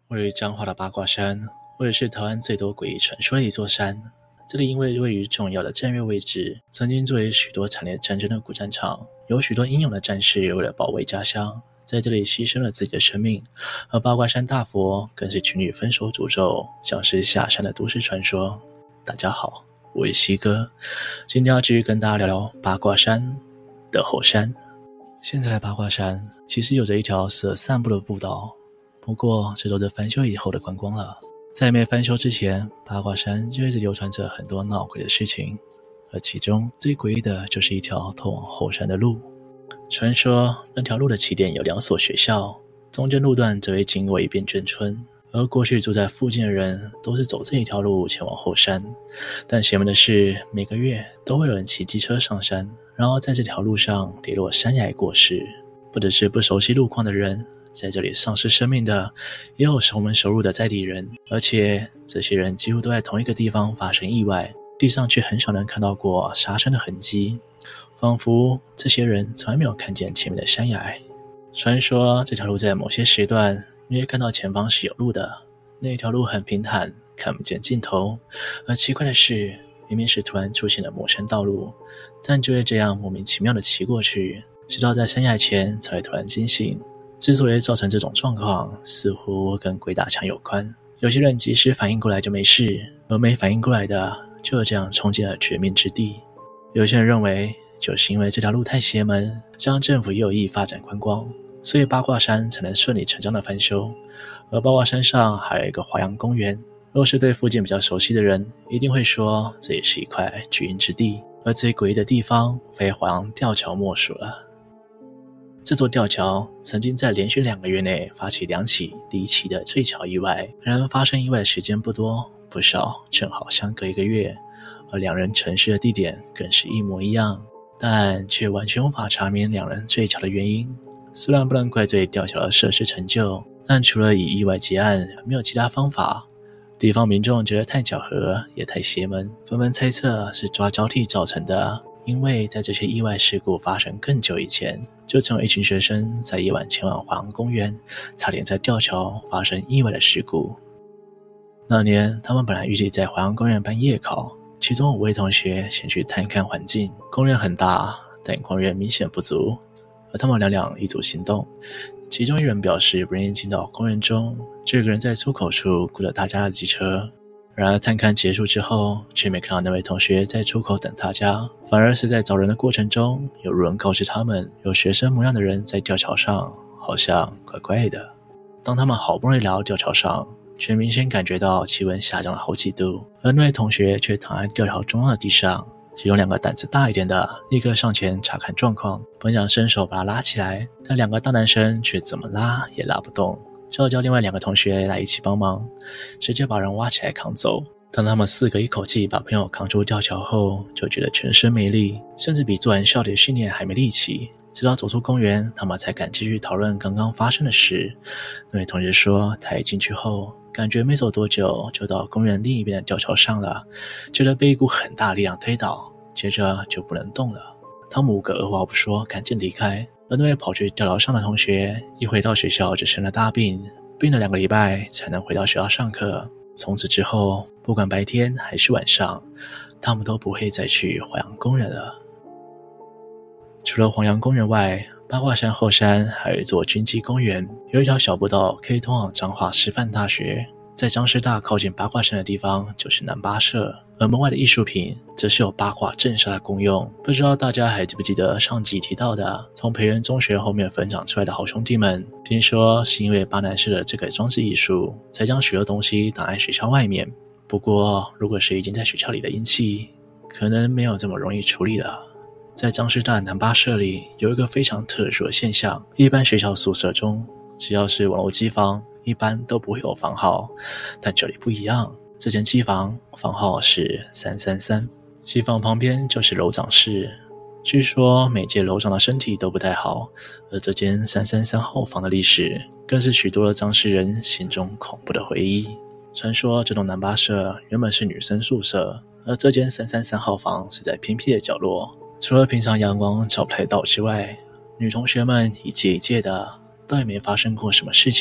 位于彰化的八卦山，位于是台湾最多诡异传说的一座山。这里因为位于重要的战略位置，曾经作为许多惨烈战争的古战场，有许多英勇的战士为了保卫家乡，在这里牺牲了自己的生命。而八卦山大佛更是情侣分手诅咒，像是下山的都市传说。大家好，我是西哥，今天要继续跟大家聊聊八卦山的后山。现在的八卦山其实有着一条适合散步的步道，不过这都是翻修以后的观光了。在没翻修之前，八卦山就一直流传着很多闹鬼的事情，而其中最诡异的就是一条通往后山的路。传说那条路的起点有2所学校，中间路段则会经过一片眷村，而过去住在附近的人都是走这一条路前往后山。但邪门的是，每个月都会有人骑机车上山，然后在这条路上跌落山崖过世。不只是不熟悉路况的人，在这里丧失生命的，也有熟门熟路的在地人，而且这些人几乎都在同一个地方发生意外，地上却很少能看到过杀生的痕迹，仿佛这些人从来没有看见前面的山崖。传说这条路在某些时段你会看到前方是有路的，那条路很平坦，看不见尽头。而奇怪的是，明明是突然出现了陌生道路，但就会这样莫名其妙的骑过去，直到在山崖前才会突然惊醒。之所以造成这种状况，似乎跟鬼打墙有关。有些人及时反应过来就没事，而没反应过来的就这样冲进了绝命之地。有些人认为，就是因为这条路太邪门，加上政府也有意发展观光，所以八卦山才能顺理成章的翻修。而八卦山上还有一个华阳公园，若是对附近比较熟悉的人，一定会说这也是一块巨阴之地。而最诡异的地方，非华阳吊桥莫属了。这座吊桥曾经在连续2个月内发起2起离奇的坠桥意外，然而发生意外的时间不多不少，正好相隔1个月，而2人沉尸的地点更是一模一样，但却完全无法查明2人坠桥的原因。虽然不能怪罪吊桥的设施陈旧，但除了以意外结案，没有其他方法。地方民众觉得太巧合，也太邪门，纷纷猜测是抓交替造成的。因为在这些意外事故发生更久以前，就曾有一群学生在夜晚前往华阳公园，差点在吊桥发生意外的事故。那年他们本来预计在华阳公园办夜考，其中5位同学先去探看环境。公园很大，但光源明显不足，而他们2一组行动。其中一人表示不愿意进到公园中，就有个人在出口处雇了大家的机车。然而探看结束之后，却没看到那位同学在出口等大家，反而是在找人的过程中，有路人告知他们，有学生模样的人在吊桥上，好像怪怪的。当他们好不容易来到吊桥上，却明显感觉到气温下降了好几度，而那位同学却躺在吊桥中央的地上。其中2个胆子大一点的立刻上前查看状况，本想伸手把他拉起来，但2个大男生却怎么拉也拉不动，只好叫另外2个同学来一起帮忙，直接把人挖起来扛走。当他们4个一口气把朋友扛出吊桥后，就觉得全身没力，甚至比做完校体训练还没力气。直到走出公园，他们才敢继续讨论刚刚发生的事。那位同学说，他一进去后，感觉没走多久就到公园另一边的吊桥上了，觉得被一股很大力量推倒，接着就不能动了。他们5个二话不说赶紧离开，而那位跑去吊桥上的同学一回到学校就生了大病，病了2个礼拜才能回到学校上课。从此之后，不管白天还是晚上，他们都不会再去华阳公园了。除了华阳公园外，八卦山后山还有一座军机公园，有一条小步道可以通往彰化师范大学。在彰师大靠近八卦山的地方就是南八社，而门外的艺术品则是有八卦镇煞的功用。不知道大家还记不记得上集提到的，从培元中学后面分长出来的好兄弟们，听说是因为巴南市的这个装置艺术，才将许多东西挡在学校外面。不过如果是已经在学校里的阴气，可能没有这么容易处理了。在彰师大南八社里有一个非常特殊的现象，一般学校宿舍中只要是网络机房，一般都不会有房号，但这里不一样。这间机房房号是333，机房旁边就是楼长室。据说每届楼长的身体都不太好，而这间333号房的历史更是许多的彰师人心中恐怖的回忆。传说这栋南八社原本是女生宿舍，而这间333号房是在偏僻的角落，除了平常阳光照不太到之外，女同学们一届一届的倒也没发生过什么事情。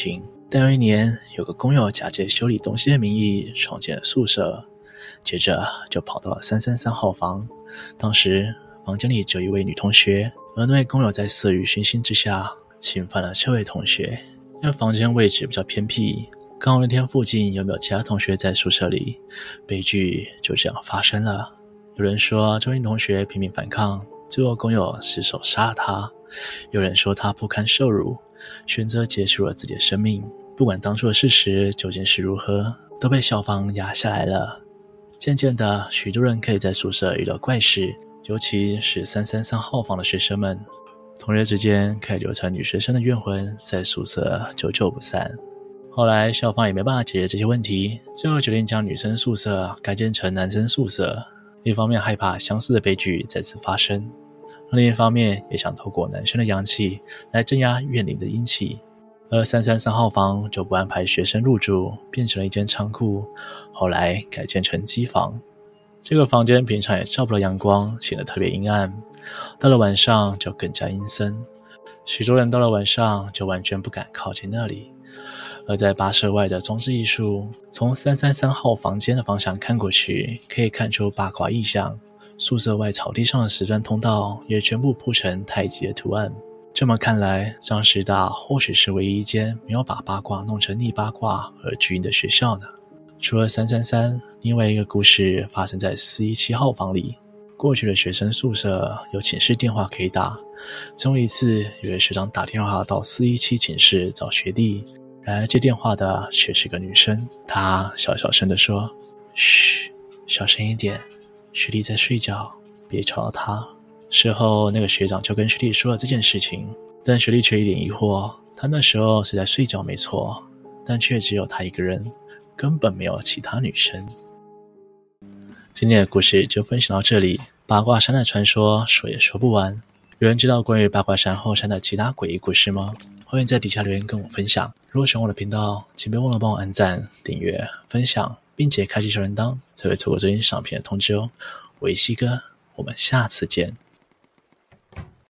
但有一年，有个工友假借修理东西的名义闯进了宿舍，接着就跑到了333号房。当时房间里只有一位女同学，而那位工友在色欲熏心之下侵犯了这位同学。因为房间位置比较偏僻，刚好那天附近有没有其他同学在宿舍里，悲剧就这样发生了。有人说这位女同学拼命反抗，最后工友失手杀了她；有人说她不堪受辱，选择结束了自己的生命。不管当初的事实究竟是如何，都被校方压下来了。渐渐的，许多人可以在宿舍遇到怪事，尤其是333号房的学生们，同学之间开始流传女学生的怨魂，在宿舍久久不散。后来校方也没办法解决这些问题，最后决定将女生宿舍改建成男生宿舍，一方面害怕相似的悲剧再次发生，另一方面也想透过男生的阳气来镇压怨灵的阴气。而333号房就不安排学生入住，变成了一间仓库，后来改建成机房。这个房间平常也照不到阳光，显得特别阴暗，到了晚上就更加阴森。许多人到了晚上就完全不敢靠近那里。而在8舍外的装置艺术，从333号房间的方向看过去，可以看出八卦意象。宿舍外草地上的石砖通道也全部铺成太极的图案。这么看来，张师大或许是唯一一间没有把八卦弄成逆八卦而聚阴的学校呢。除了333，另外一个故事发生在417号房里。过去的学生宿舍有寝室电话可以打，其中一次有位学长打电话到417寝室找学弟，然而接电话的却是个女生。她小小声地说：“嘘，小声一点，学弟在睡觉，别吵到他。”事后那个学长就跟学弟说了这件事情，但学弟却一脸疑惑，他那时候是在睡觉没错，但却只有他一个人，根本没有其他女生。今天的故事就分享到这里。八卦山的传说说也说不完，有人知道关于八卦山后山的其他诡异故事吗？欢迎在底下留言跟我分享。如果喜欢我的频道，请别忘了帮我按赞、订阅、分享，并且开启小铃铛，才会错过最新上片的通知哦。我是西哥，我们下次见。